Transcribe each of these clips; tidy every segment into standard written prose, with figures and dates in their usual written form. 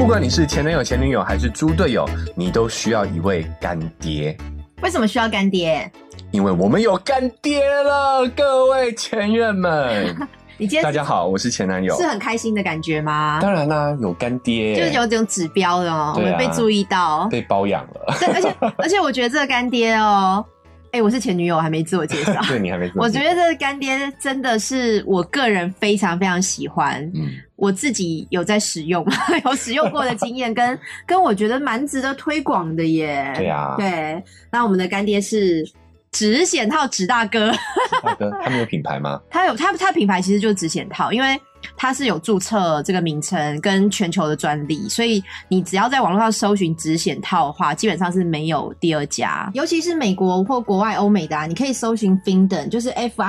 不管你是前男友、前女友还是猪队友，你都需要一位干爹。 为什么需要干爹？ 因为我们有干爹了，各位前任们。 你今天大家好，我是前男友， 是很开心的感觉吗？ 当然啦，有干爹， 就是有这种指标的哦，我们被注意到， 被包养了。 对，而且我觉得这个干爹哦。我是前女友，我还没自我介绍。 对，你还没自我介绍。 我觉得这个干爹真的是我个人非常非常喜欢，我自己有在使用，有使用过的经验，跟我觉得蛮值得推广的耶。 对啊， 对。那我们的干爹是指显套指大哥。 大哥，他们有品牌吗？ 他的品牌其实就是指显套，因为它是有注册这个名称跟全球的专利，所以你只要在网络上搜寻指显套的话，基本上是没有第二家。尤其是美国或国外欧美的你可以搜寻 Findom， 就是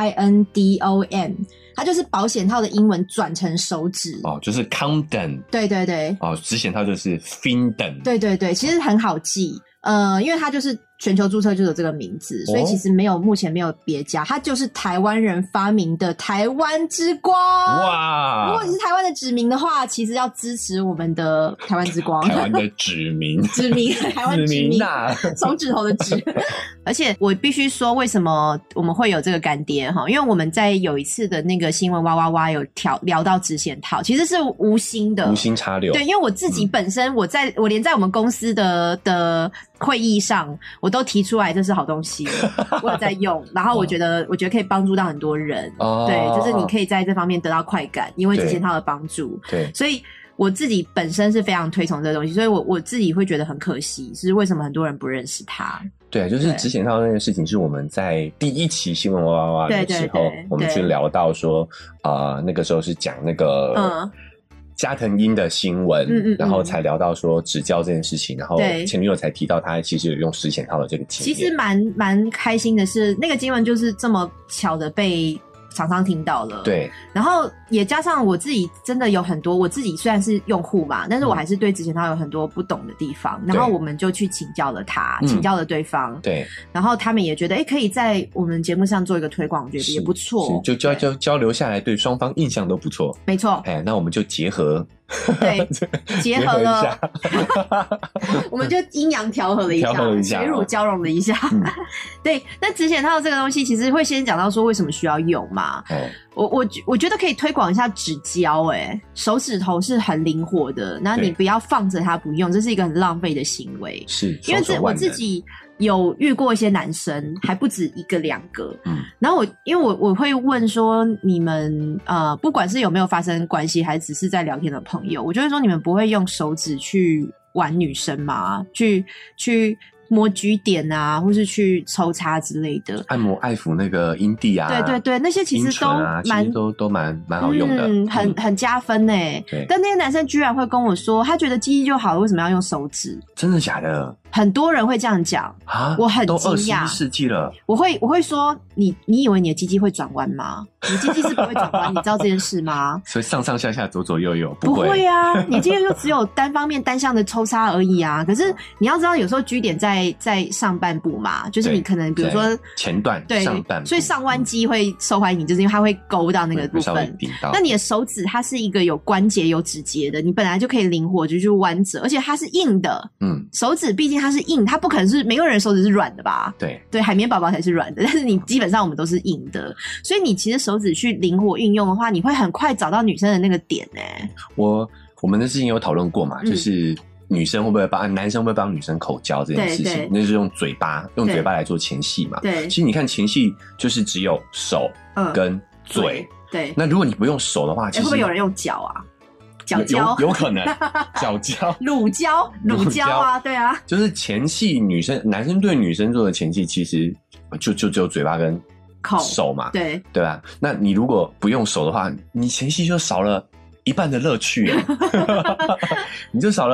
FINDOM， 它就是保险套的英文转成手指哦，就是 Condom。 对对对， 哦，指显套就是 Findom。 对对对，其实很好记。因为它就是全球注册就有这个名字，所以其实目前没有别家，它就是台湾人发明的台湾之光。哇！如果你是台湾的指民的话，其实要支持我们的台湾之光。 台湾的指民， 台湾指民啊，手指头的指。而且我必须说，为什么我们会有这个干爹哈？因为我们在有一次的那个新闻哇哇哇有聊到指显套，其实是无心插柳。对，因为我自己本身我连在我们公司的会议上，我都提出来这是好东西，我有在用，然后我觉得可以帮助到很多人。对，就是你可以在这方面得到快感，因为指显套的帮助。对，所以我自己本身是非常推崇这个东西，所以我自己会觉得很可惜，是为什么很多人不认识它。对， 就是指显套那件事情，是我们在第一期新闻哇哇哇的时候，我们去聊到说，那个时候是讲那个加藤鹰的新闻，然后才聊到说指交这件事情，然后前女友才提到他其实有用指显套的这个经验。 其实蛮开心的是，那个新闻就是这么巧的被厂商听到了。对，然后也加上我自己真的有很多，我自己虽然是用户嘛，但是我还是对指显套有很多不懂的地方，然后我们就去请教了请教了对方。对，然后他们也觉得可以在我们节目上做一个推广，我觉得也不错。就交流下来，对双方印象都不错。 没错。 那我们就结合。 对，结合了，我们就阴阳调和了一下，水乳交融了一下。对，那指显套这个东西，其实会先讲到说为什么需要用嘛。我觉得可以推广一下指交。手指头是很灵活的，那你不要放着它不用，这是一个很浪费的行为。是，因为我自己有遇过一些男生，还不止一个两个。然后因为我会问说，你们不管是有没有发生关系，还只是在聊天的朋友，我就会说，你们不会用手指去玩女生吗？去摸 G 点啊，或是去抽插之类的， 按摩爱抚那个阴蒂啊， 对对对，那些其实都蛮好用的， 很加分耶。但那些男生居然会跟我说，他觉得鸡鸡就好了，为什么要用手指？ 真的假的？ 很多人会这样讲啊，我很惊讶。都 21世纪了， 我会说，你以为你的鸡鸡会转弯吗？你鸡鸡是不会转弯，你知道这件事吗？ 所以上上下下左左右右不会啊，你鸡鸡就只有单方面单向的抽插而已啊。可是你要知道，有时候G点在上半部嘛，就是你可能比如说前段对上半部， 所以上弯肌会受欢迎，就是因为它会勾到那个部分。那你的手指它是一个有关节有指节的，你本来就可以灵活就去弯折，而且它是硬的。手指毕竟它是硬，它不可能是每个人手指是软的吧？对，海绵宝宝才是软的，但是你基本上我们都是硬的，所以你其实手指去灵活运用的话，你会很快找到女生的那个点。 我们的之前有讨论过嘛，就是女生会不会男生会不会帮女生口交这件事情，那就是用嘴巴来做前戏嘛。对，其实你看前戏就是只有手跟嘴。对，那如果你不用手的话，其实会不会有人用脚啊？脚胶有可能，脚胶、 乳胶啊，对啊， 就是前戏，男生对女生做的前戏，其实就只有嘴巴跟手嘛，对吧？那你如果不用手的话，你前戏就少了一半的乐趣，你就少了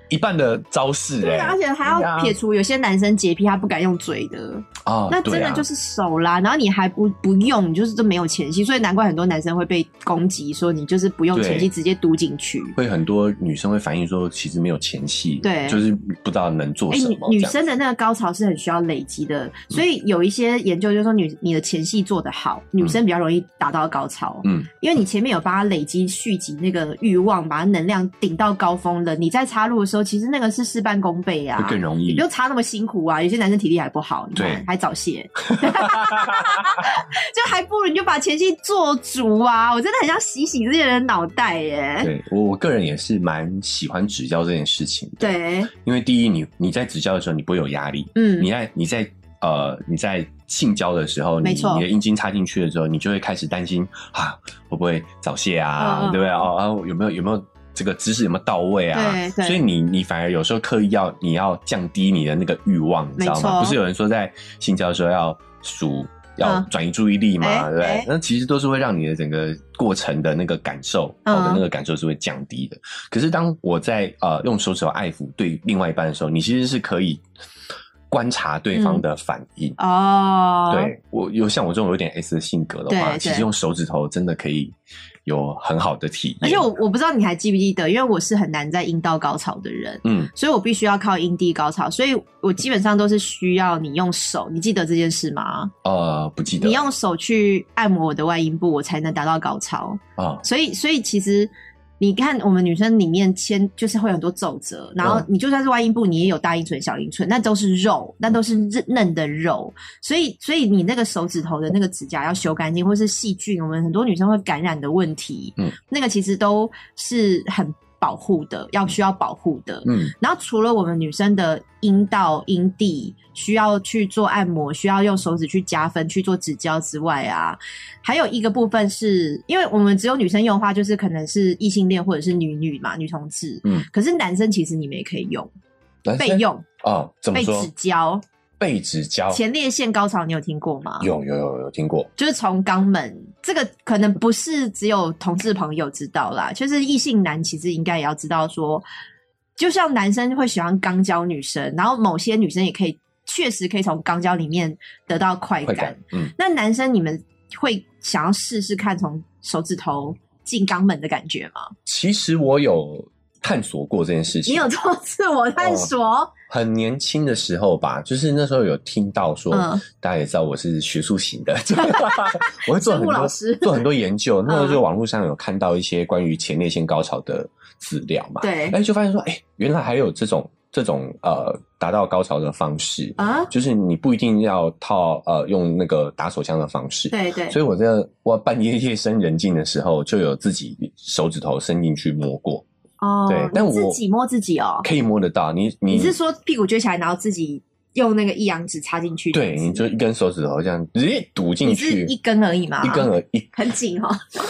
一半的招式对，而且还要撇除有些男生洁癖，他不敢用嘴的那真的就是手啦。然后你还不用，你就是都没有前戏，所以难怪很多男生会被攻击，说你就是不用前戏直接嘟进去。 会很多女生会反映说，其实没有前戏，对，就是不知道能做什么。 女生的那个高潮是很需要累积的，所以有一些研究就说你的前戏做得好，女生比较容易达到高潮。因为你前面有帮她累积蓄积那个欲望，把她能量顶到高峰了，你在插入的时候，其实那个是事半功倍啊， 会更容易。 你不用插那么辛苦啊，有些男生体力还不好，对，还早泄，就还不如你就把前戏做足啊！我真的很想洗这些人脑袋耶。 对，我个人也是蛮喜欢指教这件事情的。 对， 因为第一，你在指教的时候你不会有压力，你在性交的时候，你的阴茎插进去的时候，你就会开始担心会不会早泄啊，对不对？有没有这个姿势有没有到位啊？对，所以你反而有时候刻意你要降低你的那个欲望，你知道吗？不是有人说在性交的时候要转移注意力嘛，对不对？那其实都是会让你的整个过程的那个感受，好的那个感受是会降低的。可是当我在用手指头爱抚对另外一半的时候，你其实是可以观察对方的反应。对，我像我这种有点 S 的性格的话，其实用手指头真的可以有很好的体验。 而且我不知道你还记不记得，因为我是很难在阴道高潮的人，所以我必须要靠阴蒂高潮，所以我基本上都是需要你用手。你记得这件事吗？ 不记得。 你用手去按摩我的外阴部，我才能达到高潮。所以其实你看我们女生里面就是会有很多皱褶，然后你就算是外阴部，你也有大阴唇、小阴唇，那都是肉，那都是嫩的肉，所以你那个手指头的那个指甲要修干净，或是细菌，我们很多女生会感染的问题，那个其实都是很保护的，需要保护的。然后除了我们女生的阴道、阴蒂需要去做按摩，需要用手指去加分去做指交之外啊，还有一个部分是因为我们只有女生用的话，就是可能是异性恋或者是女嘛，女同志。可是男生其实你们也可以用，备用怎么说？ 被指交。 被指交前列腺高潮你有听过吗？ 有听过， 就是从肛门，这个可能不是只有同志朋友知道啦，就是异性男其实应该也要知道说，就像男生会喜欢肛交女生，然后某些女生也确实可以从肛交里面得到快感。那男生你们会想要试试看从手指头进肛门的感觉吗？ 其实我有探索过这件事情。 你有做自我探索？ 很年轻的时候吧，就是那时候有听到说，大家也知道我是学术型的，我会做很多研究。那时候就网络上有看到一些关于前列腺高潮的资料嘛，对，就发现说，原来还有这种达到高潮的方式就是你不一定要用那个打手枪的方式，对，所以我半夜夜深人静的时候，就有自己手指头伸进去摸过。对，但我自己摸自己可以摸得到。你是说屁股撅起来，然后自己用那个一阳指插进去？ 对，你就一根手指头这样直接堵进去。 你是一根而已吗？ 一根而已， 很紧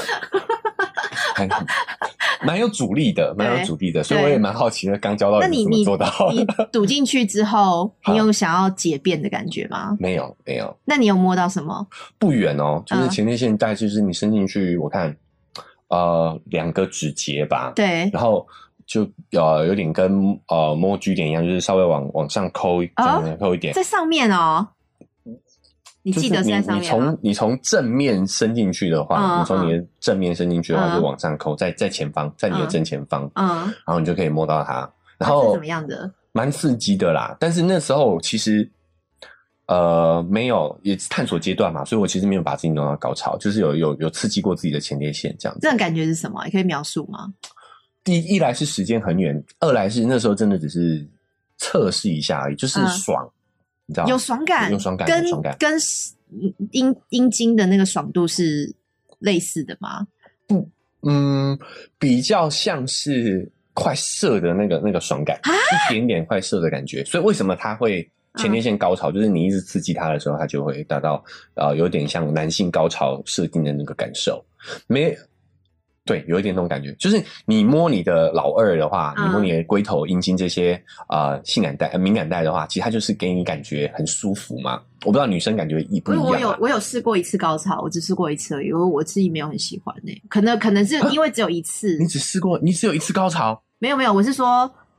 蛮有阻力的，所以我也蛮好奇的，肛交到底怎么做到？ 你堵进去之后，你有想要解便的感觉吗？ 没有。 那你有摸到什么？ 不远就是前列腺带，就是你伸进去，我看。2个指节吧，对，然后就有点跟摸 G 点一样，就是稍微往上抠一点， 在上面你记得是在上面吗？ 你从正面伸进去的话，你从你的正面伸进去的话，就往上抠，在前方，在你的正前方，然后你就可以摸到它。然后是怎么样的？ 蛮刺激的啦，但是那时候其实。没有，也是探索阶段嘛，所以我其实没有把自己弄到高潮，就是有刺激过自己的前列腺这样子。 这种感觉是什么？你可以描述吗？ 一来是时间很远，二来是那时候真的只是测试一下而已，就是爽，你知道吗？ 有爽感，跟阴茎的那个爽度是类似的吗？ 比较像是快射的那个爽感，一点点快射的感觉。所以为什么它会？前列腺高潮就是你一直刺激它的时候，它就会达到有点像男性高潮设定的那个感受。对，有一点那种感觉，就是你摸你的老二的话，你摸你的龟头、阴茎这些性感带、敏感带的话，其实它就是给你感觉很舒服嘛。我不知道女生感觉不一样。 我有试过一次高潮，我只试过一次而已，因为我自己没有很喜欢可能是因为只有一次。 你只有一次高潮？ 没有，我是说。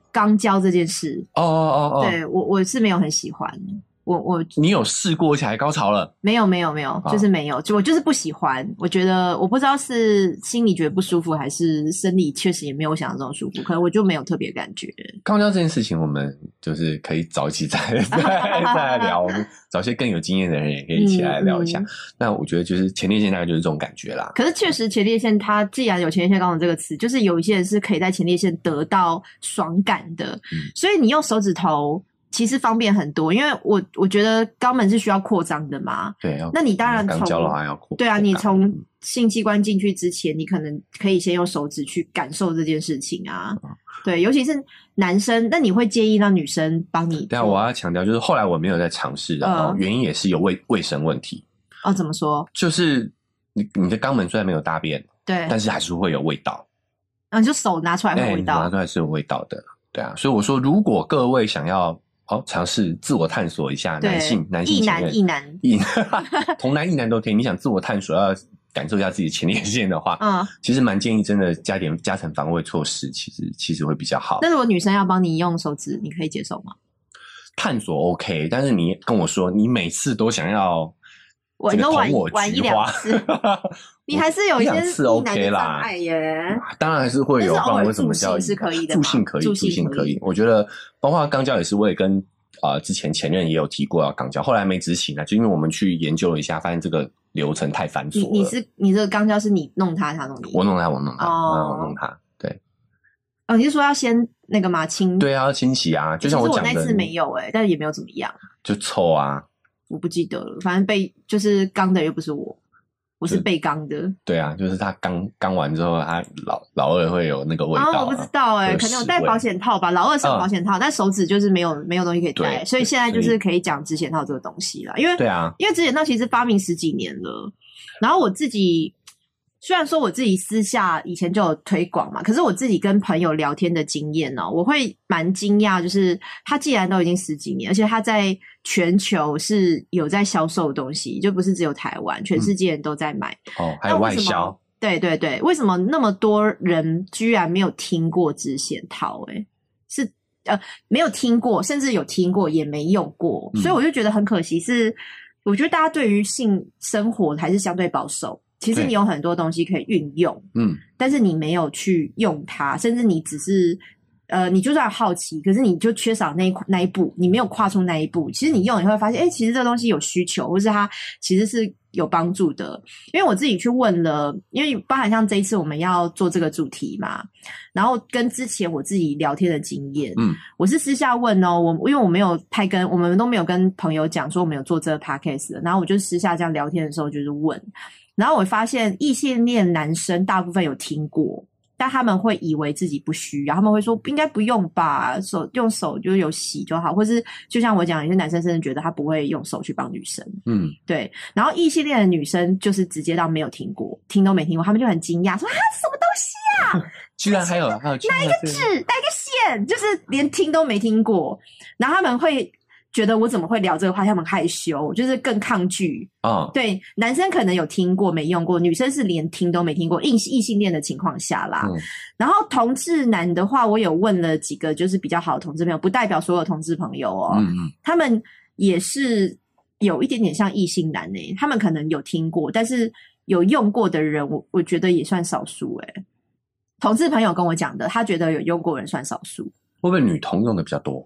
肛交这件事。 哦， 对，我是没有很喜欢。 你有试过而且还高潮了？ 没有，就是没有，我就是不喜欢。我觉得我不知道是心里觉得不舒服，还是生理确实也没有我想象中舒服，可能我就没有特别感觉。 肛交这件事情，我们就是可以早一起再来聊，我们找些更有经验的人也可以一起来聊一下。那我觉得就是前列腺大概就是这种感觉啦。 可是确实前列腺它既然有前列腺肛门这个词，就是有一些人是可以在前列腺得到爽感的，所以你用手指头其实方便很多，因为我觉得肛门是需要扩张的嘛。 对， 那你当然肛交的话要扩。 对啊，你从性器官进去之前，你可能可以先用手指去感受这件事情啊。对，尤其是男生，那你会介意让女生帮你？ 对啊，我要强调就是后来我没有在尝试的，原因也是有卫生问题。 哦，怎么说？ 就是你的肛门虽然没有大便， 对， 但是还是会有味道。 你就手拿出来会有味道， 拿出来是有味道的。对啊，所以我说，如果各位想要尝试自我探索一下男性异男同男异男都可以。你想自我探索，要感受一下自己的前列腺的话，其实蛮建议真的加层防卫措施，其实会比较好。 那如果女生要帮你用手指，你可以接受吗？ 探索 OK， 但是你跟我说你每次都想要玩一两次，你还是有一些异男的障碍耶。 当然还是会有，不然为什么叫是可以的？ 助性可以。我觉得包括肛交也是，我也跟之前前任也有提过要肛交，后来没执行啊，就因为我们去研究了一下，发现这个流程太繁琐了。 你这个肛交是你弄他，他弄你？ 我弄他，我弄他。对。 哦，你是说要先那个吗？清？ 对啊，要清洗啊，就像我讲的。 其实我那次没有但是也没有怎么样。 就臭啊。 我不记得了，反正就是肛的又不是我是被肛的。 对啊，就是他肛完之后，他老二会有那个味道。 我不知道可能有戴保险套吧，老二是有保险套，但手指就是没有东西可以戴，所以现在就是可以讲指险套这个东西啦。因为指险套其实发明10几年了，然后我自己。虽然说我自己私下以前就有推广嘛，可是我自己跟朋友聊天的经验我会蛮惊讶，就是他既然都已经10几年，而且他在全球是有在销售的东西，就不是只有台湾，全世界人都在买。 还有外销。 对，为什么那么多人居然没有听过指险套？是没有听过，甚至有听过也没用过，所以我就觉得很可惜。是我觉得大家对于性生活还是相对保守。其实你有很多东西可以运用，但是你没有去用它，甚至你只是你就算好奇，可是你就缺少那一步，你没有跨出那一步。其实你用你会发现，其实这个东西有需求，或是它其实是有帮助的。因为我自己去问了，因为包含像这一次我们要做这个主题嘛，然后跟之前我自己聊天的经验，我是私下问因为我没有我们都没有跟朋友讲说我们有做这个 podcast 的，然后我就私下这样聊天的时候就是问。然后我发现异性恋男生大部分有听过，但他们会以为自己不需要，他们会说应该不用吧，用手就有洗就好，或是就像我讲，有些男生甚至觉得他不会用手去帮女生。对。然后异性恋的女生就是直接到没有听过，听都没听过，他们就很惊讶说什么东西啊？ 居然还有哪一个指，哪一个线，就是连听都没听过，然后他们会。觉得我怎么会聊这个话题，他们害羞，就是更抗拒。对，男生可能有听过没用过，女生是连听都没听过，异性恋的情况下啦。然后同志男的话，我有问了几个就是比较好的同志朋友，不代表所有同志朋友他们也是有一点点像异性男他们可能有听过，但是有用过的人，我觉得也算少数同志朋友跟我讲的，他觉得有用过的人算少数。 会不会女同用的比较多？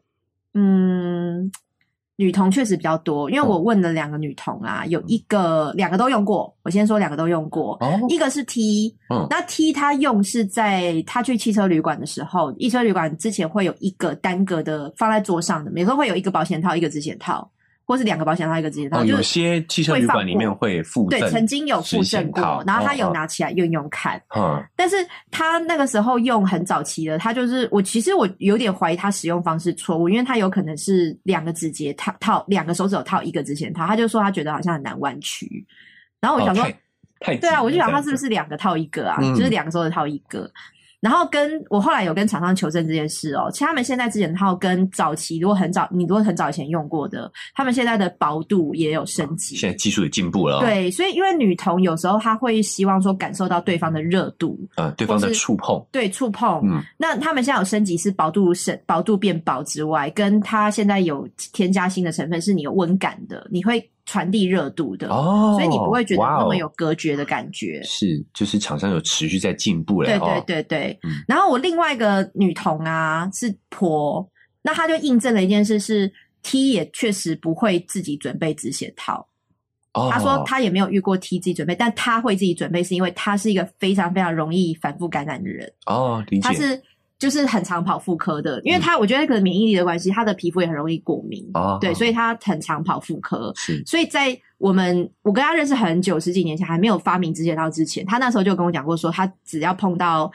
女同确实比较多，因为我问了2个女同有2个都用过。我先说2个都用过，一个是 T，那 T 他用是在他去汽车旅馆的时候，汽车旅馆之前会有一个单个的放在桌上的，有时候会有一个保险套，一个指险套。或是2个保险套，一个指险套， 有些汽车旅馆里面会附赠， 对，曾经有附赠过，然后他有拿起来用用看，但是他那个时候用很早期的，他就是其实我有点怀疑他使用方式错误，因为他有可能是2个指节套2个手指头套一个指险套，他就说他觉得好像很难弯曲，然后我想说，对啊，我就想他是不是2个套一个啊，就是2个手指套一个。 然后我后来有跟厂商求证这件事其实他们现在指检套跟早期你如果很早以前用过的，他们现在的薄度也有升级， 现在技术也进步了对，所以因为女童有时候她会希望说感受到对方的热度对方的触碰， 对，触碰那他们现在有升级是薄度变薄之外，跟它现在有添加新的成分是你有温感的，你会传递热度的所以你不会觉得那么有隔绝的感觉是，就是厂商有持续在进步了对然后我另外一个女童啊是婆，那她就印证了一件事是 T 也确实不会自己准备止血套她说她也没有遇过 T 自己准备，但她会自己准备是因为她是一个非常非常容易反复感染的人理解， 她是就是很常跑妇科的，因为他我觉得可能免疫力的关系，他的皮肤也很容易过敏对，所以他很常跑妇科所以在我跟他认识很久10几年前还没有发明止血套之前，他那时候就跟我讲过说，他只要碰到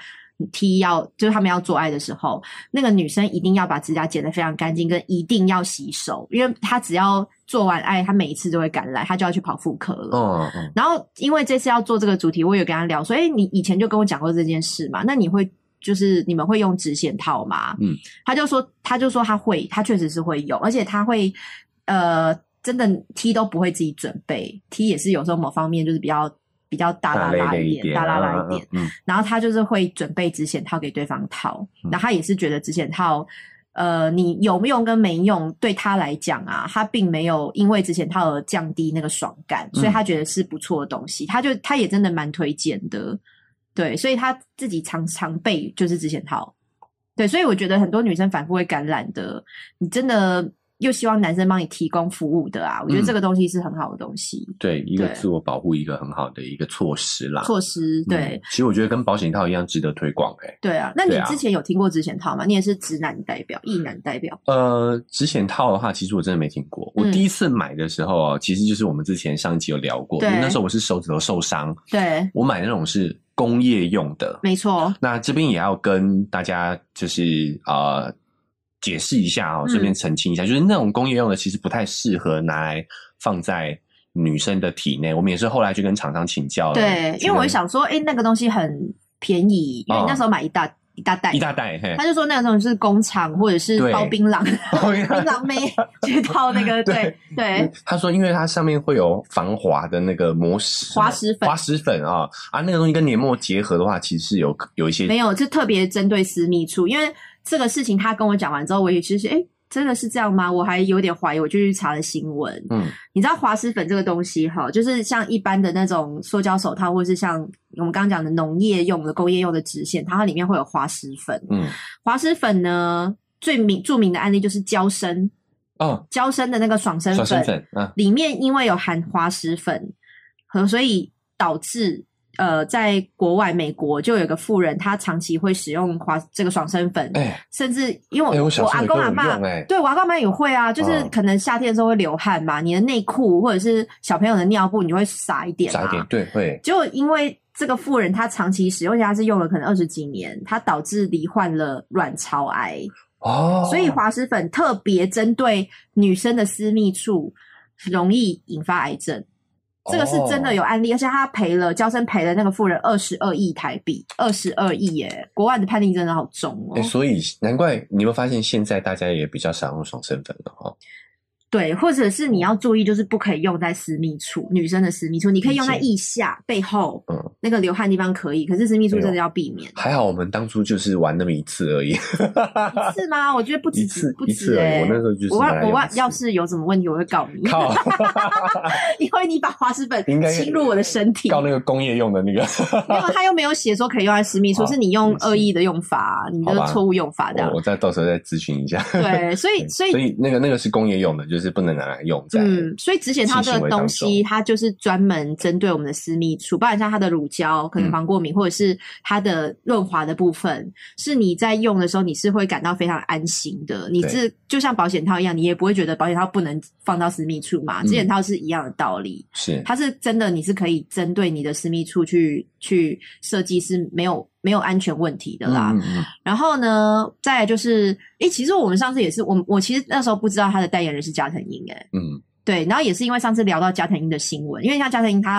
T 就是他们要做爱的时候，那个女生一定要把指甲剪得非常干净，跟一定要洗手，因为他只要做完爱，他每一次都会感染，他就要去跑妇科了然后因为这次要做这个主题，我有跟他聊说你以前就跟我讲过这件事嘛，那你们会用止血套吗他就说他会，他确实是会用，而且他会真的 T 都不会自己准备 T 也是有时候某方面就是比较大拉拉一点然后他就是会准备止血套给对方套然后他也是觉得止血套你有没有用跟没用对他来讲他并没有因为止血套而降低那个爽感所以他觉得是不错的东西他也真的蛮推荐的对，所以他自己常备就是止血套。对，所以我觉得很多女生反复会感染的，你真的又希望男生帮你提供服务的我觉得这个东西是很好的东西。 对，一个自我保护一个很好的一个措施啦。 措施，对。 其实我觉得跟保险套一样值得推广对啊，那你之前有听过止血套吗？你也是直男代表，异男代表。 止血套的话，其实我真的没听过。我第一次买的时候其实就是我们之前上一集有聊过，因为那时候我是手指头受伤， 对， 我买那种是工业用的， 没错。 那这边也要跟大家就是解释一下顺便澄清一下，就是那种工业用的其实不太适合拿来放在女生的体内。我们也是后来去跟厂商请教了， 对，因为我想说那个东西很便宜，因为那时候买一大袋，他就说那种是工厂或者是包槟榔槟榔妹去套那个对， 他说因为它上面会有防滑的那个滑石粉那个东西跟黏膜结合的话其实是有一些没有，就特别针对私密处。因为这个事情他跟我讲完之后，我也其实真的是这样吗？我还有点怀疑，我就去查了新闻。你知道滑石粉这个东西就是像一般的那种塑胶手套，或者是像我们刚刚讲的农业用的、工业用的指线，它里面会有滑石粉。滑石粉呢，最著名的案例就是娇生娇生的那个爽身粉，里面因为有含滑石粉，所以导致在国外美国就有一个妇人，她长期会使用这个爽身粉，甚至因为我阿公阿嬷对我阿公阿嬷也会就是可能夏天的时候会流汗嘛，你的内裤或者是小朋友的尿布你会撒一点对，会。 结果因为这个妇人她长期使用，她是用了可能20几年，她导致罹患了卵巢癌所以滑石粉特别针对女生的私密处容易引发癌症。这个是真的有案例，而且他娇生赔了那个妇人22亿台币，22亿耶！国外的判定真的好重所以难怪你有没有发现现在大家也比较少用爽身粉了对，或者是你要注意，就是不可以用在私密处，女生的私密处，你可以用在腋下、背后，那个流汗地方可以，可是私密处真的要避免。 还好我们当初就是玩那么一次而已。 一次吗？我觉得不止一次而已。我那时候就是我要是有什么问题，我会告你。因为你把滑石粉侵入我的身体。 告那个工业用的那个。 没有，他又没有写说可以用在私密处，是你用恶意的用法，你的错误用法这样。 我到时候再咨询一下。 对，所以那个是工业用的，就是不能拿来用在所以止血套这个东西它就是专门针对我们的私密处，包含像它的乳胶可能防过敏，或者是它的润滑的部分，是你在用的时候你是会感到非常安心的。你就像保险套一样，你也不会觉得保险套不能放到私密处嘛，止血套是一样的道理。是它是真的，你是可以针对你的私密处去设计，是没有安全问题的啦。然后呢，再来就是其实我们上次也是我其实那时候不知道他的代言人是加藤鹰对，然后也是因为上次聊到加藤鹰的新闻，因为像加藤鹰他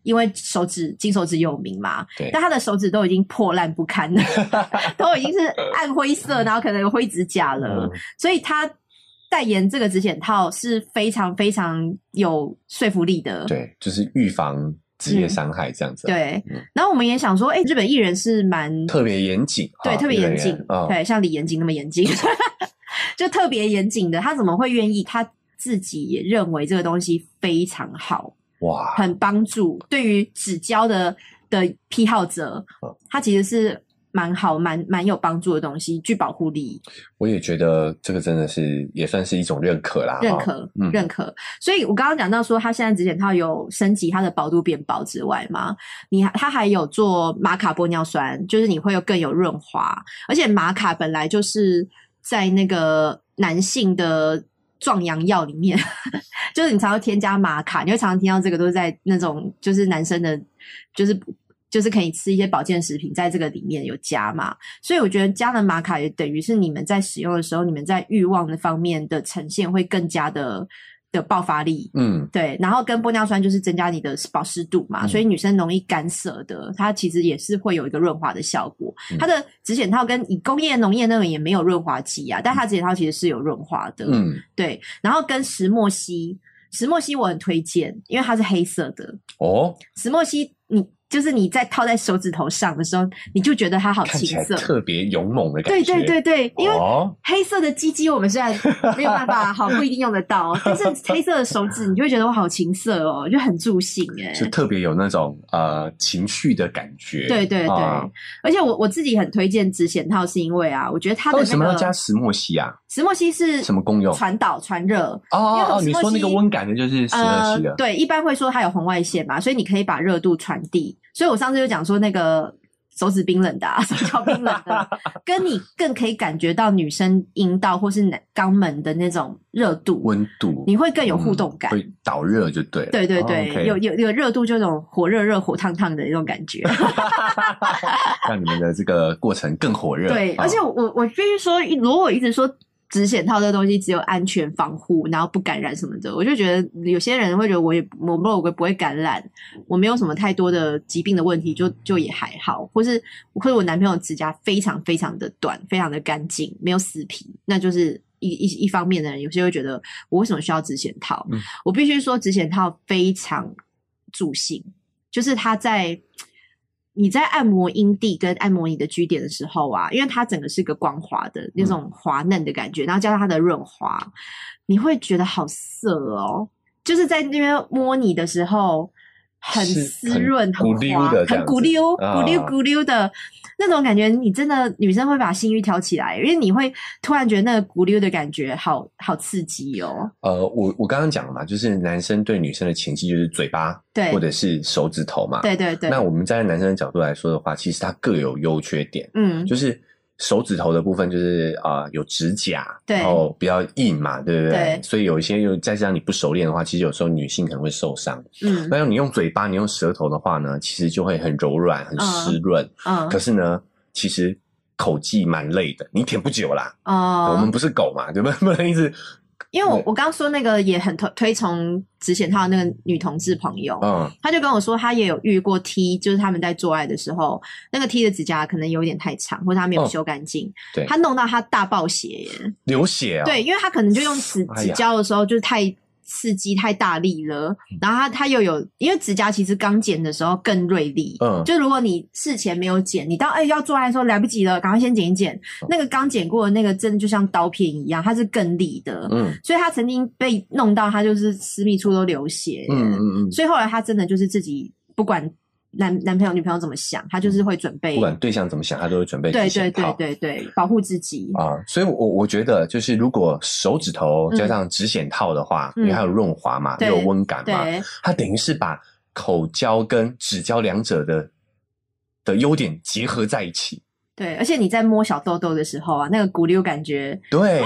因为金手指有名嘛，对，但他的手指都已经破烂不堪了，都已经是暗灰色，然后可能有灰指甲了，所以他代言这个指显套是非常非常有说服力的。对， 就是预防职业伤害这样子。 对，然后我们也想说，日本艺人是蛮特别严谨， 对，特别严谨，对，像李延景那么严谨，就特别严谨的。他怎么会愿意？他自己也认为这个东西非常好，哇，很帮助对于指交的癖好者，他其实是蛮好蛮有帮助的东西，具保护力。 我也觉得这个真的是也算是一种认可啦， 认可。所以我刚刚讲到说，它现在指显套有升级它的薄度变薄之外嘛，它还有做玛卡玻尿酸，就是你会有更有润滑，而且玛卡本来就是在那个男性的壮阳药里面，就是你常常添加玛卡，你会常常听到这个都是在那种就是男生的，就是可以吃一些保健食品，在这个里面有加嘛，所以我觉得加了玛卡也等于是你们在使用的时候，你们在欲望的方面的呈现会更加的爆发力，对，然后跟玻尿酸就是增加你的保湿度嘛，所以女生容易干涩的，它其实也是会有一个润滑的效果。它的指显套跟以工业农业那个也没有润滑剂啊，但它指显套其实是有润滑的，对，然后跟石墨烯我很推荐，因为它是黑色的石墨烯就是你在套在手指头上的时候，你就觉得它好青涩，看起来特别勇猛的感觉。 对，因为黑色的鸡鸡我们虽然没有办法好不一定用得到，但是黑色的手指你就会觉得我好青涩哦，就很助兴就特别有那种情绪的感觉。 对，而且我自己很推荐指显套，是因为我觉得它的为什么要加石墨烯啊？ 石墨烯是什么功用？ 传导传热你说那个温感的就是石墨烯的。 对，一般会说它有红外线嘛，所以你可以把热度传递。所以我上次就讲说那个手指冰冷的手脚冰冷的，跟你更可以感觉到女生阴道或是肛门的那种热度温度， 你会更有互动感， 会导热就对了。 对，有热度，就那种火热火烫烫的那种感觉， 让你们的这个过程更火热。 对，而且我必须说，如果我一直说指显套这个东西只有安全防护，然后不感染什么的，我就觉得有些人会觉得我不会感染，我没有什么太多的疾病的问题，就也还好，或是我男朋友指甲非常非常的短，非常的干净，没有死皮，那就是一方面的人有些会觉得我为什么需要指显套？我必须说指显套非常助兴，就是它你在按摩阴蒂跟按摩你的 G 点的时候因为它整个是个光滑的那种滑嫩的感觉，然后加上它的润滑，你会觉得好涩哦，就是在那边摸你的时候很湿润很滑，很咕溜的那种感觉，你真的女生会把性欲挑起来，因为你会突然觉得那个咕溜的感觉好刺激哦。 我刚刚讲了嘛，就是男生对女生的前戏就是嘴巴，对，或者是手指头嘛，对。那我们站在男生的角度来说的话，其实它各有优缺点，就是手指头的部分就是有指甲，然后比较硬嘛，对不对？所以有一些又再加上你不熟练的话，其实有时候女性可能会受伤。那你用嘴巴，你用舌头的话呢，其实就会很柔软、很湿润。可是呢，其实口技蛮累的，你舔不久啦。我们不是狗嘛，对不对？不能一直。 因为我刚说那个也很推崇指显套的那个女同志朋友，他就跟我说他也有遇过 T， 就是他们在做爱的时候，那个 T 的指甲可能有点太长，或者他没有修干净，对，他弄到他大爆血耶， 流血对，因为他可能就用指胶的时候就是太刺激太大力了，然后它又有，因为指甲其实刚剪的时候更锐利，就如果你事前没有剪，你到要做爱的时候来不及了，赶快先剪一剪，那个刚剪过的那个真的就像刀片一样，它是更利的，所以他曾经被弄到他就是私密处都流血，所以后来他真的就是自己不管男朋友女朋友怎么想，他就是会准备， 不管对象怎么想，他都会准备指显套， 对，保护自己所以我觉得就是如果手指头加上指显套的话，因为它有润滑嘛，又有温感嘛，它等于是把口交跟指交两者的优点结合在一起。 对，而且你在摸小豆豆的时候那个骨溜感觉， 对。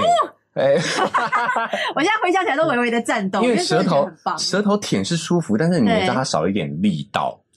我现在回想起来都微微的颤动， 因为舌头舔是舒服，但是你知道它少一点力道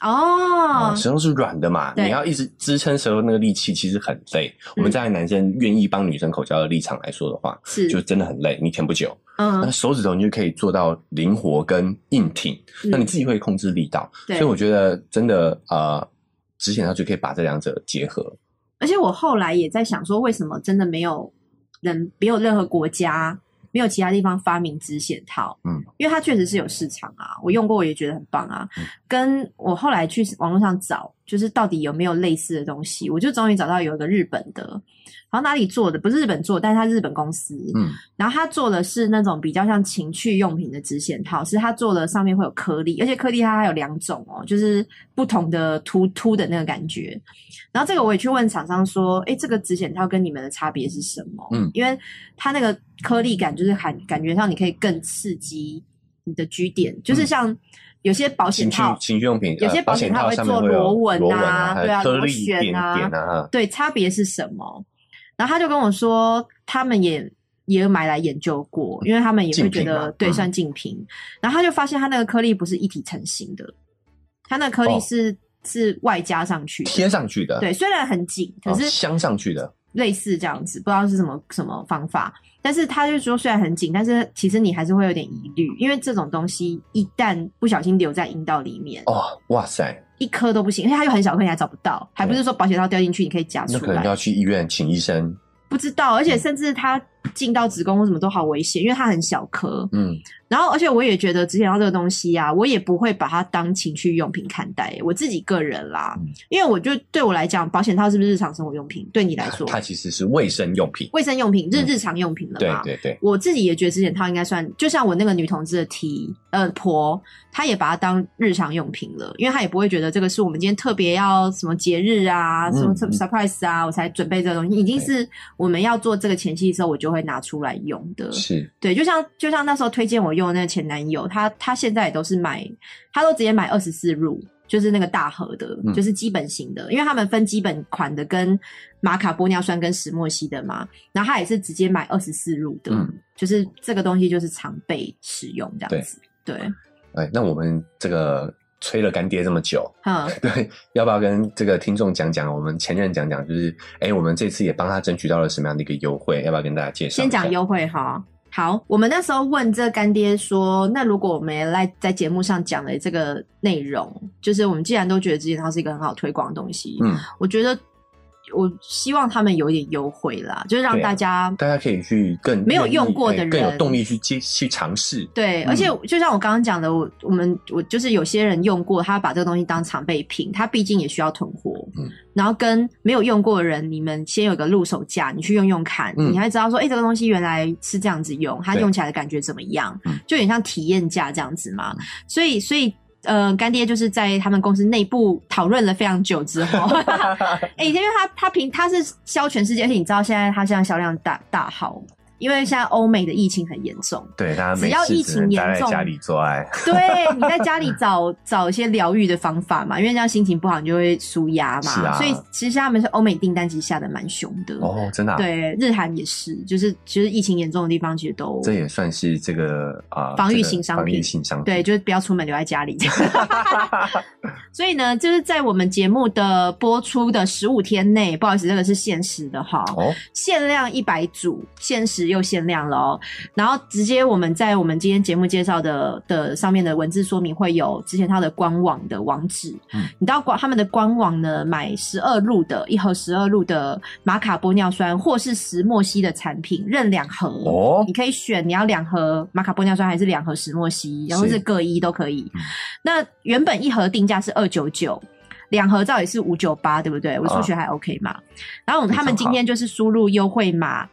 舌头是软的嘛，你要一直支撑舌头那个力气其实很累。我们站在男生愿意帮女生口交的立场来说的话，就真的很累，你舔不久。那手指头你就可以做到灵活跟硬挺，那你自己会控制力道。所以我觉得真的之前他就可以把这两者结合。 而且我后来也在想说，为什么真的没有任何国家没有其他地方发明指显套？因为它确实是有市场啊，我用过我也觉得很棒啊。跟我后来去网络上找，就是到底有没有类似的东西，我就终于找到有一个日本的，好像哪里做的，不是日本做，但是它是日本公司。然后它做的是那种比较像情趣用品的指显套，是它做的上面会有颗粒，而且颗粒它还有2种就是不同的凸的那个感觉。然后这个我也去问厂商说，这个指显套跟你们的差别是什么？因为它那个颗粒感就是感觉上你可以更刺激你的G点，就是像有些保险套情趣用品， 有些保险套会做螺纹啊，对啊， 颗粒旋点啊， 对，差别是什么？然后他就跟我说，他们也有买来研究过，因为他们也会觉得对算竞品。然后他就发现他那个颗粒不是一体成型的，他那个颗粒是外加上去的， 贴上去的。 对，虽然很紧，可是镶上去的， 类似这样子，不知道是什么方法。但是他就说，虽然很紧，但是其实你还是会有点疑虑，因为这种东西一旦不小心留在阴道里面， 哇塞， 一颗都不行，而且它又很小颗，你还找不到，还不是说保险套掉进去你可以夹出来， 那可能要去医院请医生。 不知道，而且甚至它进到子宫或什么都好危险，因为它很小颗。然后而且我也觉得指显套这个东西啊，我也不会把它当情趣用品看待，我自己个人啦。因为我就对我来讲，保险套是不是日常生活用品？对你来说， 它其实是卫生用品， 日常用品了嘛。 对， 我自己也觉得指显套应该算，就像我那个女同志的婆，她也把它当日常用品了，因为她也不会觉得这个是我们今天特别要什么节日啊，什么 surprise 啊，我才准备这个东西，已经是我们要做这个前戏的时候，我就会拿出来用的。 是， 对，就像那时候推荐我用的那个前男友，他现在也都是他都直接买24入，就是那个大盒的，就是基本型的，因为他们分基本款的跟马卡玻尿酸跟石墨烯的嘛，然后他也是直接买24入的，就是这个东西就是常备使用这样子。对， 那我们这个吹了干爹这么久，对，要不要跟这个听众讲讲，我们前任讲讲，就是我们这次也帮他争取到了什么样的一个优惠，要不要跟大家介绍一下？ 先讲优惠哈。好，我们那时候问这干爹说，那如果我们来在节目上讲的这个内容，就是我们既然都觉得指显套是一个很好推广的东西，我觉得我希望他们有一点优惠啦，就是让大家可以去更没有用过的人更有动力去尝试。对， 而且就像我刚刚讲的，我就是有些人用过，他把这个东西当常备品，他毕竟也需要囤货。然后跟没有用过的人，你们先有个入手价，你去用用看，你还知道说，这个东西原来是这样子用，它用起来的感觉怎么样，就有点像体验价这样子嘛。所以干爹就是在他们公司内部讨论了非常久之后，因为他是销全世界，而且你知道他现在销量大好。因为现在欧美的疫情很严重， 对，大家只要疫情严重， 在家里做爱， 对，你在家里找一些疗愈的方法嘛，因为这样心情不好你就会抒压嘛，所以其实他们是欧美订单其实下的蛮凶的真的对，日韩也是，就是其实疫情严重的地方其实都， 这也算是这个防御性商品，对，就是不要出门留在家里所以呢，就是在我们节目的播出的15天内，不好意思，这个是限时的哈，限量100组，限时又限量了然后直接我们在我们今天节目介绍的上面的文字说明会有指显套的官网的网址，你到他们的官网呢买12入的一盒12入的马卡玻尿酸或是石墨烯的产品，任2盒你可以选你要2盒马卡玻尿酸还是2盒石墨烯，然后是各1都可以那原本1盒定价是299，2盒照也是598，对不对？我数学还 OK 嘛然后他们今天就是输入优惠码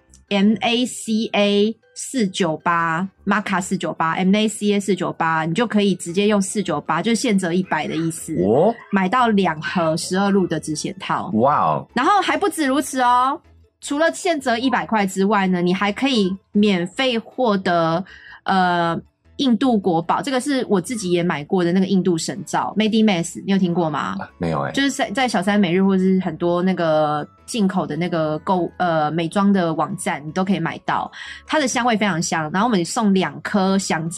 MACA 498 Maca 498 MACA 498，你就可以直接用498，就是现折100的意思买到2盒12入的指显套。然后还不止如此除了现折100块之外呢，你还可以免费获得印度国宝，这个是我自己也买过的那个印度神皂 Medimask， 你有听过吗？ 没有就是在小三美日或是很多那个进口的那个美妆的网站你都可以买到，它的香味非常香，然后我们送2颗香皂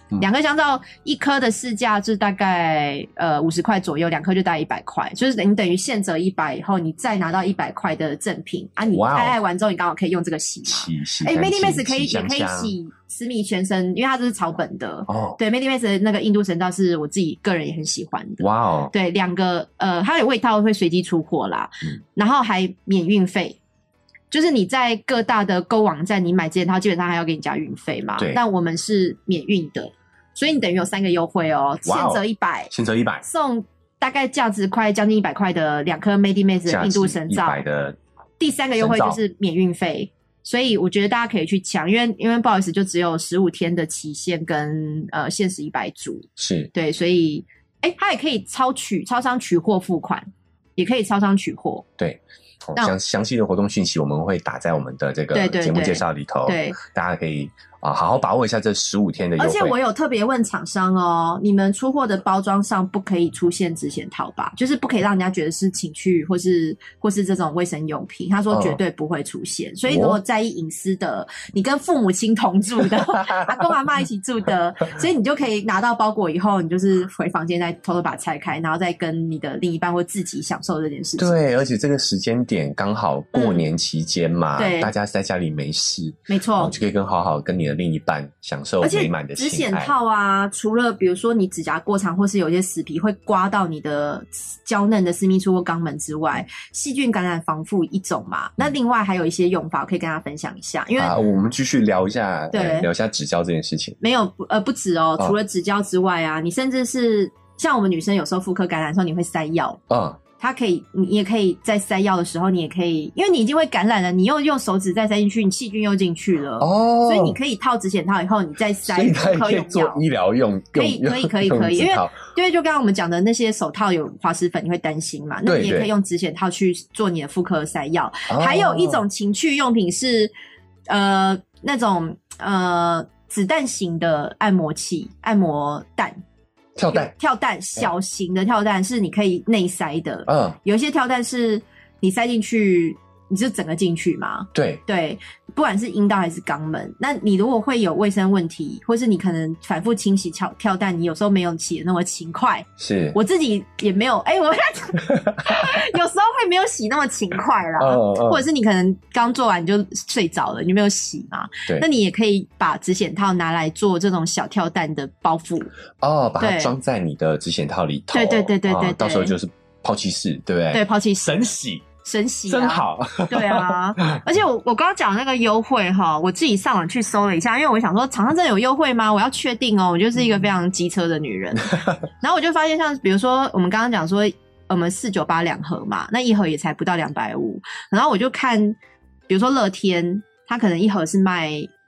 2颗香皂1颗的市价是大概50块左右，2颗就大概100块，就是你等于现折100以后，你再拿到100块的赠品啊！你爱完之后，你刚好可以用这个洗嘛。Medimess 也可以洗私密全身，因为它这是草本的。对 Medimess 的那个印度神皂是我自己个人也很喜欢的。哇哦！对，2个它有味道会随机出货啦，然后还免运费。就是你在各大的购网站，你买这件套基本上还要给你加运费嘛？对。但我们是免运的，所以你等于有3个优惠哦，现折100， 现折100， 送大概价值将近100块的2颗 Medimess 的印度神皂，第3个优惠就是免运费，所以我觉得大家可以去抢，因为不好意思，就只有15天的期限跟限时100组，是对，所以它也可以超商取货付款，也可以超商取货，对。 详细的活动讯息我们会打在我们的这个节目介绍里头，对，大家可以好好把握一下这15天的优惠。 而且我有特别问厂商哦，你们出货的包装上不可以出现指显套吧？就是不可以让人家觉得是情趣或是这种卫生用品。他说绝对不会出现。所以如果在意隐私的，你跟父母亲同住的，阿公阿嬷一起住的，所以你就可以拿到包裹以后，你就是回房间再偷偷把它拆开，然后再跟你的另一半或自己享受这件事情。 对，而且这个时间点刚好过年期间嘛，大家在家里没事，没错，就可以好好跟你的另一半享受美满的性爱。而且指显套啊，除了比如说你指甲过长或是有些死皮会刮到你的娇嫩的私密处或肛门之外，细菌感染防护一种嘛，那另外还有一些用法我可以跟大家分享一下。因为我们继续聊一下，聊一下指胶这件事情。 没有不止哦，除了指胶之外啊，你甚至是像我们女生有时候妇科感染的时候，你会塞药，它可以，你也可以在塞药的时候，你也可以，因为你已经会感染了，你又用手指再塞进去，你细菌又进去了，所以你可以套指显套以后，你再塞妇科用药，所以它也可以做医疗用，可以， 因为就刚刚我们讲的那些手套有滑石粉，你会担心嘛？那你也可以用指显套去做你的妇科塞药。还有一种情趣用品是那种子弹型的按摩器、按摩蛋。跳蛋，小型的跳蛋是你可以内塞的，有一些跳蛋是你塞进去，你就整个进去嘛。对，不管是阴道还是肛门，那你如果会有卫生问题，或是你可能反复清洗跳蛋，你有时候没有洗的那么勤快，是我自己也没有，我有时候会没有洗那么勤快啦，或者是你可能刚做完你就睡着了，你没有洗嘛，那你也可以把指显套拿来做这种小跳蛋的包覆，把它装在你的指显套里头，对，到时候就是抛弃式，对不对？对，抛弃式，神奇真好。对啊，而且我刚刚讲那个优惠哈，我自己上网去搜了一下，因为我想说厂商真的有优惠吗？我要确定哦，我就是一个非常机车的女人。然后我就发现像比如说我们刚刚讲说我们498两盒嘛，那一盒也才不到250，然后我就看比如说乐天它可能一盒是卖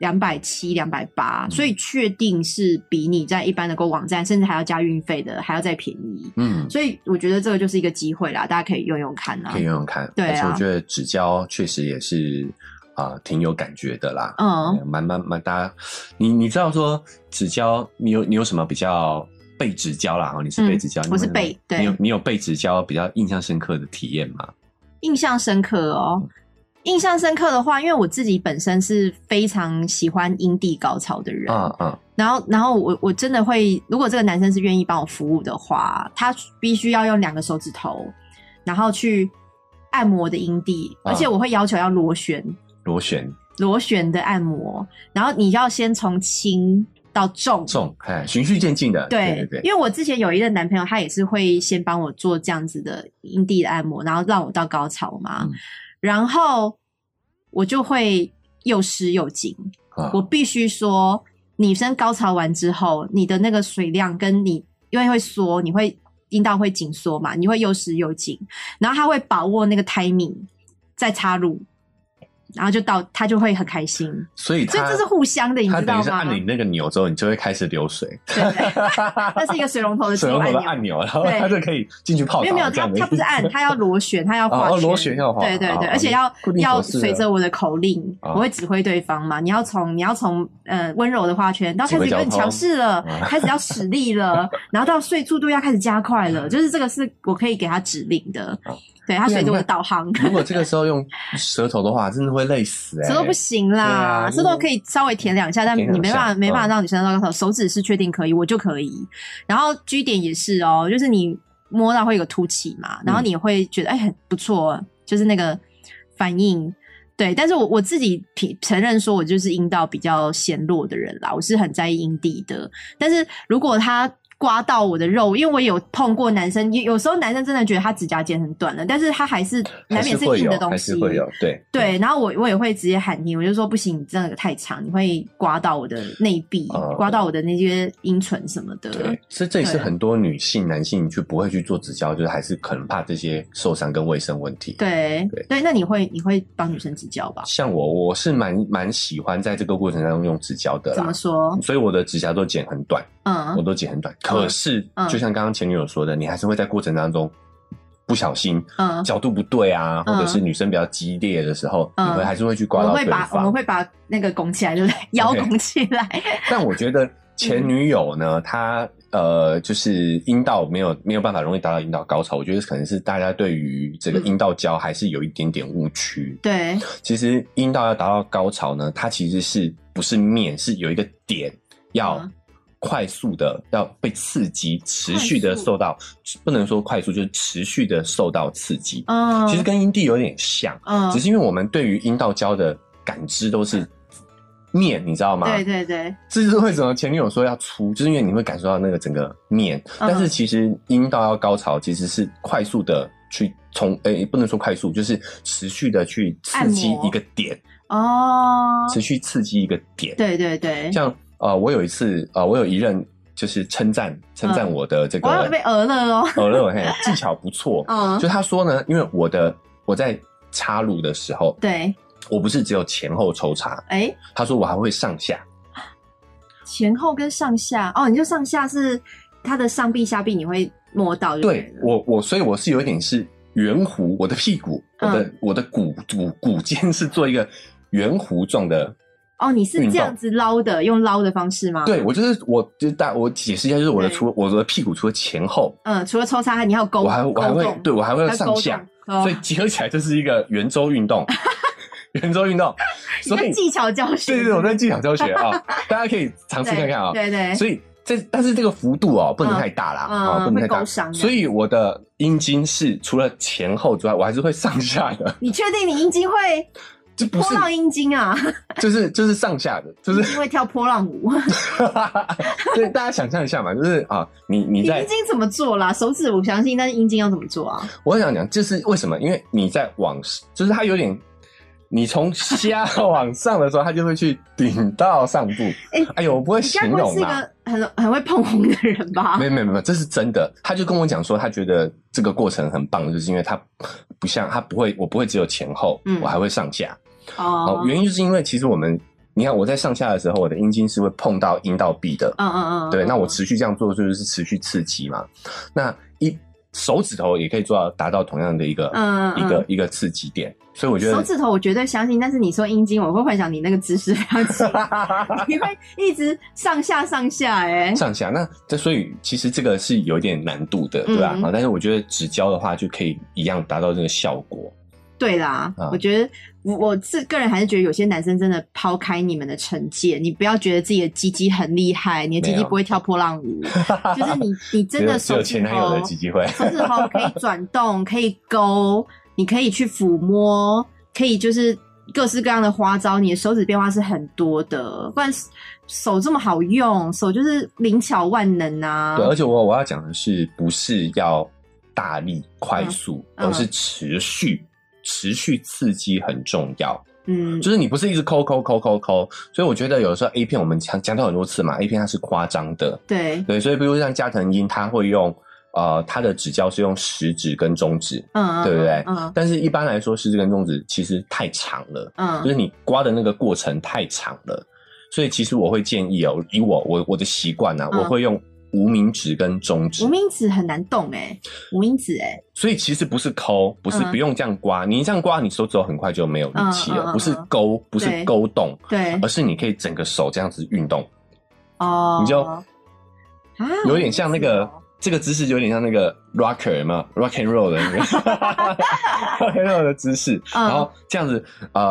270、280，所以确定是比你在一般的购物网站甚至还要加运费的还要再便宜。所以我觉得这个就是一个机会啦，大家可以用用看啊，可以用用看。对啊，而且我觉得指胶确实也是挺有感觉的啦。蛮大家你知道说指胶你有什么比较被指胶啦？你是被指胶，我是被，对，你有被指胶比较印象深刻的体验吗？印象深刻哦。印象深刻的话，因为我自己本身是非常喜欢阴蒂高潮的人，然后我真的会，如果这个男生是愿意帮我服务的话，他必须要用2个手指头，然后去按摩我的阴蒂，而且我会要求要螺旋的按摩，然后你要先从轻到重，循序渐进的，对，因为我之前有一任男朋友，他也是会先帮我做这样子的阴蒂的按摩，然后让我到高潮嘛。然后我就会又湿又紧，我必须说女生高潮完之后，你的那个水量跟你因为会缩，你会阴道会紧缩嘛，你会又湿又紧，然后他会把握那个 timing 再插入，然后他就会很开心，所以这是互相的，你知道吗？他等于是按你那个钮之后，你就会开始流水。对，那是一个水龙头的按钮，然后他就可以进去泡澡。没有，他不是按，他要螺旋，他要画圈，螺旋要画。对，而且要随着我的口令，我会指挥对方嘛。你要从温柔的画圈，到开始有点强势了，开始要使力了，然后到速度要开始加快了，就是这个是我可以给他指令的。对，他随着我的导航。如果这个时候用舌头的话，真的会累死舌头不行啦，舌头可以稍微舔2下，但你没办法让女生到高潮。手指是确定可以，我就可以。然后 G 点也是哦，就是你摸到会有个凸起嘛，然后你会觉得很不错，就是那个反应。对，但是我自己承认说我就是阴道比较纤弱的人啦，我是很在意阴蒂的。但是如果他刮到我的肉，因为我有碰过男生，有时候男生真的觉得他指甲剪很短了，但是他还是难免是硬的东西， 还是会有，对。 然后我也会直接喊停，我就说不行，你这个太长，你会刮到我的内壁，刮到我的那些阴唇什么的。 对，所以这也是很多女性、男性就不会去做指交，就是还是可能怕这些受伤跟卫生问题。 对，那你会帮女生指交吧？ 像我是蛮喜欢在这个过程当中用指交的啦。 怎么说？ 所以我的指甲都剪很短，我都剪很短。可是，就像刚刚前女友说的，你还是会在过程当中不小心，角度不对啊，或者是女生比较激烈的时候，你们还是会去刮到对方。 我们会把那个拱起来，对不对？腰拱起来。 但我觉得前女友呢，她就是阴道没有办法容易达到阴道高潮，我觉得可能是大家对于这个阴道交还是有一点点误区。 对， 其实阴道要达到高潮呢，它其实是不是面，是有一个点要快速的要被刺激，持续的受到，不能说快速，就是持续的受到刺激。其实跟阴蒂有点像，只是因为我们对于阴道交的感知都是面，你知道吗？对，这就是为什么前女友说要粗，就是因为你会感受到那个整个面。但是其实阴道要高潮，其实是快速的去不能说快速，就是持续的去刺激一个点。持续刺激一个点。对，像我有一次，我有一任就是称赞我的这个， 我要被讹了哦， 讹了，技巧不错。就他说呢，因为我在插入的时候， 对， 我不是只有前后抽插，他说我还会上下， 前后跟上下，你就上下是他的上臂下臂你会摸到就对了，所以我是有一点是圆弧，我的屁股，我的骨尖是做一个圆弧状的。 你是这样子捞的，用捞的方式吗？ 对，我解释一下，就是我的屁股除了前后， 除了抽插，你还有勾，我还会上下，所以结合起来就是一个圆周运动。圆周运动，所以技巧教学， 对，我在技巧教学啊，大家可以尝试看看啊。 对， 所以但是这个幅度不能太大啦，不能太大，所以我的阴茎是除了前后之外，我还是会上下的。 你确定你阴茎会？就波浪阴茎啊， 就是上下的，就是会跳波浪舞。 对，大家想象一下嘛，就是你在阴茎怎么做啦？手指我相信，但是阴茎要怎么做啊？ 我想讲，就是为什么？因为你在就是它有点，你从下往上的时候，它就会去顶到上部。哎呦，我不会形容啦。 你该不会是一个很会碰红的人吧？ 没有，这是真的。他就跟我讲说，他觉得这个过程很棒，就是因为他不像他不会，我不会只有前后，我还会上下。原因就是因为其实你看我在上下的时候，我的阴茎是会碰到阴道壁的。对，那我持续这样做就是持续刺激嘛。那手指头也可以达到同样的一个刺激点。所以我觉得手指头我绝对相信，但是你说阴茎，我会幻想你那个姿势非常奇怪，你会一直上下上下那所以其实这个是有点难度的，对吧？但是我觉得指交的话就可以一样达到这个效果。 对啦，我觉得我个人还是觉得有些男生真的抛开你们的成见，你不要觉得自己的鸡鸡很厉害，你的鸡鸡不会跳波浪舞，就是你真的手指头， 前男友的鸡鸡会， 手指头可以转动，可以勾，你可以去抚摸，可以就是各式各样的花招，你的手指变化是很多的，不然手这么好用，手就是灵巧万能啊。 对，而且我要讲的是，不是要大力快速，而是持续刺激很重要。就是你不是一直抠，所以我觉得有的时候 A 片我们讲到很多次嘛， A 片它是夸张的， 对， 所以比如像加藤鹰他会用他的指交是用食指跟中指，对不对？但是一般来说食指跟中指其实太长了，就是你刮的那个过程太长了，所以其实我会建议以我的习惯我会用无名指跟中指。 无名指很难动无名指所以其实不是抠，不用这样刮，你这样刮你手指头很快就没有力气了，不是勾动， 对， 而是你可以整个手这样子运动，你就有点像那个这个姿势就有点像那个 rocker 有没有 rock and roll 的那个rock and roll 的姿势，然后这样子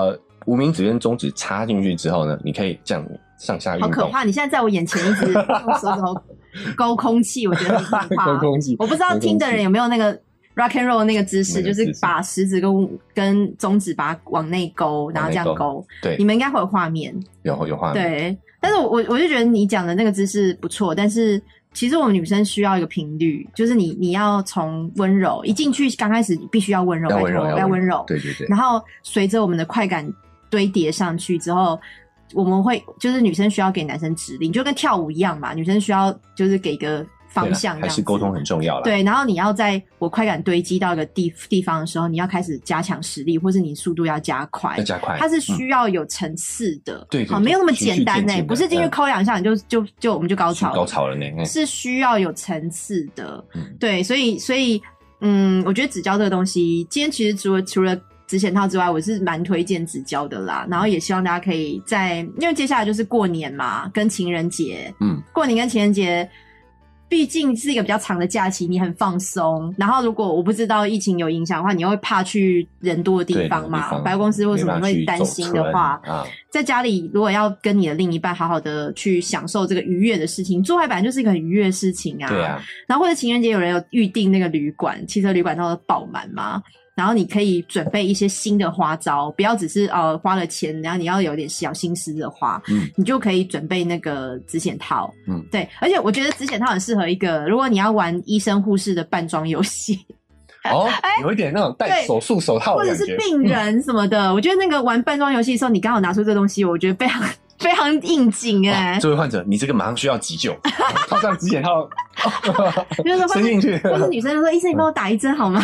无名指跟中指插进去之后呢，你可以这样上下运动。 好可怕！你现在在我眼前一直用手指勾空气，我觉得很可怕。 勾空气， 我不知道听的人有没有那个 rock and roll 那个姿势，就是把食指跟中指把它往内勾，然后这样勾。对，你们应该会有画面。有画面。 对，但是我就觉得你讲的那个姿势不错，但是其实我们女生需要一个频率，就是你要从温柔一进去，刚开始你必须要温柔，要温柔。 对对对。 然后随着我们的快感堆叠上去之后，我们会就是女生需要给男生指令，就跟跳舞一样嘛，女生需要就是给个方向， 还是沟通很重要啦。 对，然后你要在我快感堆积到一个地方的时候，你要开始加强实力，或是你速度要加快，它是需要有层次。的， 对， 好，没有那么简单欸，不是进去抠2下你就我们就高潮了呢， 是需要有层次的。对，所以我觉得指交这个东西，今天其实除了指显套之外，我是蛮推荐指交的啦，然后也希望大家可以因为接下来就是过年嘛，跟情人节，过年跟情人节毕竟是一个比较长的假期，你很放松。然后如果我不知道疫情有影响的话，你会怕去人多的地方嘛？百货公司为什么会担心的话，在家里如果要跟你的另一半好好的去享受这个愉悦的事情，做爱本来就是一个很愉悦的事情啊。 对啊。 然后或者情人节有人有预定那个旅馆，汽车旅馆都爆满嘛。然后你可以准备一些新的花招，不要只是花了钱，然后你要有点小心思的花，你就可以准备那个指显套。对，而且我觉得指显套很适合一个，如果你要玩医生护士的扮装游戏。 有一点那种戴手术手套的感觉， 或者是病人什么的。我觉得那个玩扮装游戏的时候，你刚好拿出这东西，我觉得非常应景欸。 这位患者，你这个马上需要急救，套上指显套，伸进去。 或是女生就说：“医生，你帮我打一针好吗？”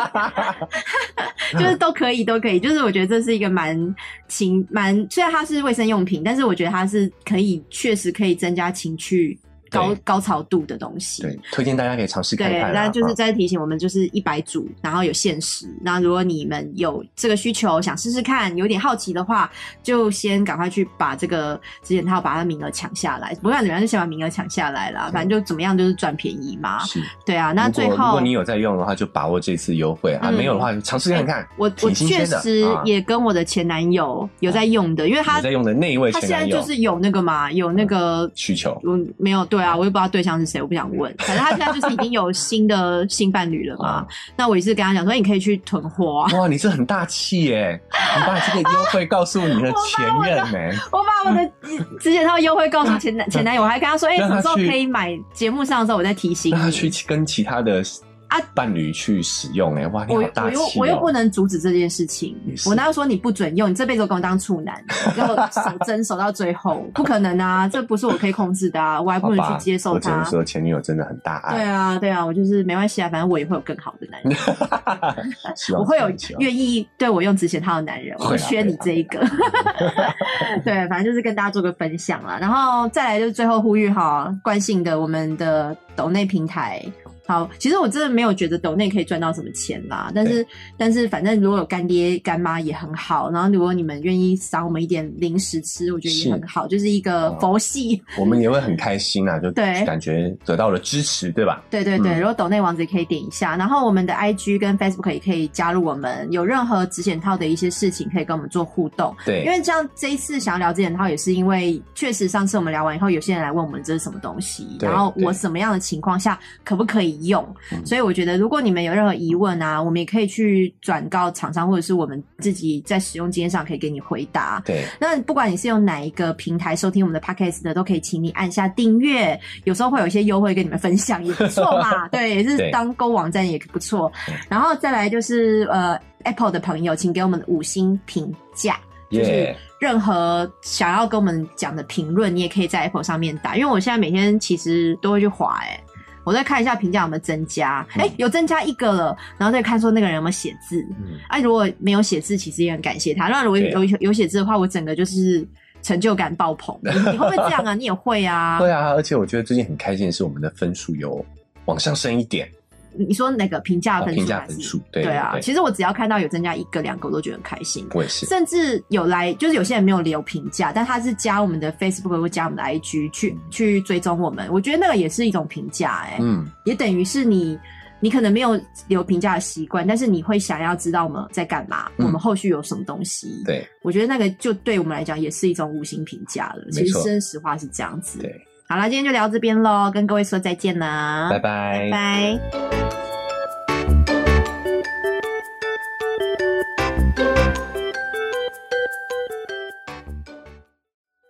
就是都可以。就是我觉得这是一个蛮，虽然它是卫生用品，但是我觉得它是确实可以增加情趣。高潮度的东西， 对，推荐大家可以尝试看看。 对，那就是再提醒我们，就是100组，然后有限时。那如果你们有这个需求，想试试看，有点好奇的话，就先赶快去把这个指显套把它名额抢下来。不管怎么样，就先把名额抢下来啦。反正就怎么样，就是赚便宜嘛。是，对啊。那最后， 如果你有在用的话，就把握这次优惠啊。没有的话，尝试看看。 我确实也跟我的前男友有在用的，因为他在用的那一位前男友， 他现在就是有那个嘛，有那个需求。 没有，对啊，我又不知道对象是谁，我不想问。反正他现在就是已经有新伴侣了嘛。那我也是跟他讲说，你可以去囤货啊。 哇，你是很大气耶！你把这个优惠告诉你的前任呢？ 我把我的指显套优惠告诉前男友，我还跟他说，什么时候可以买？节目上的时候我再提醒你。 让他去跟其他的伴侣去使用哇，你好大气我又不能阻止这件事情。我哪有说你不准用？你这辈子都跟我当处男，然后守贞守到最后，不可能啊！这不是我可以控制的啊！我还不能去接受他。 我只能说前女友真的很大爱。 对啊，我就是没关系啊，反正我也会有更好的男人。我会有愿意对我用指显套的男人，我不缺你这一个。对，反正就是跟大家做个分享啦。然后再来就是最后呼吁哈，惯性的我们的抖内平台。好，其实我真的没有觉得抖内可以赚到什么钱啦，但是反正如果有干爹干妈也很好，然后如果你们愿意赏我们一点零食吃，我觉得也很好，就是一个佛系， 我们也会很开心啊，就感觉得到了支持，对吧？ 对，如果抖内网址也可以点一下，然后我们的 IG 跟 Facebook 也可以加入我们，有任何指显套的一些事情可以跟我们做互动。对，因为像这一次想要聊指显套，也是因为确实上次我们聊完以后，有些人来问我们这是什么东西，然后我什么样的情况下可不可以用，所以我觉得如果你们有任何疑问啊，我们也可以去转告厂商，或者是我们自己在使用经验上可以给你回答。对，那不管你是用哪一个平台收听我们的 Podcast 的，都可以请你按下订阅，有时候会有一些优惠跟你们分享，也不错嘛。对，也是当购网站也不错。然后再来就是Apple 的朋友，请给我们5星评价。就是任何想要跟我们讲的评论，你也可以在 Apple 上面打，因为我现在每天其实都会去滑我再看一下评价有没有增加，有增加1个了，然后再看说那个人有没有写字。如果没有写字，其实也很感谢他。那如果有写字的话，我整个就是成就感爆棚。你会不会这样啊？你也会啊？ 会啊，而且我觉得最近很开心的是我们的分数有往上升一点。 你说那个评价分数？评价分数，对啊。其实我只要看到有增加1个、2个，我都觉得很开心。 我也是。 甚至有来，就是有些人没有留评价，但他是加我们的 Facebook 或加我们的 IG 去追踪我们，我觉得那个也是一种评价也等于是你你可能没有留评价的习惯，但是你会想要知道我们在干嘛，我们后续有什么东西。 对， 我觉得那个就对我们来讲也是一种5星评价了。其实真实话是这样子。 对， 好啦，今天就聊到这边咯，跟各位说再见啦， 拜拜， 拜拜。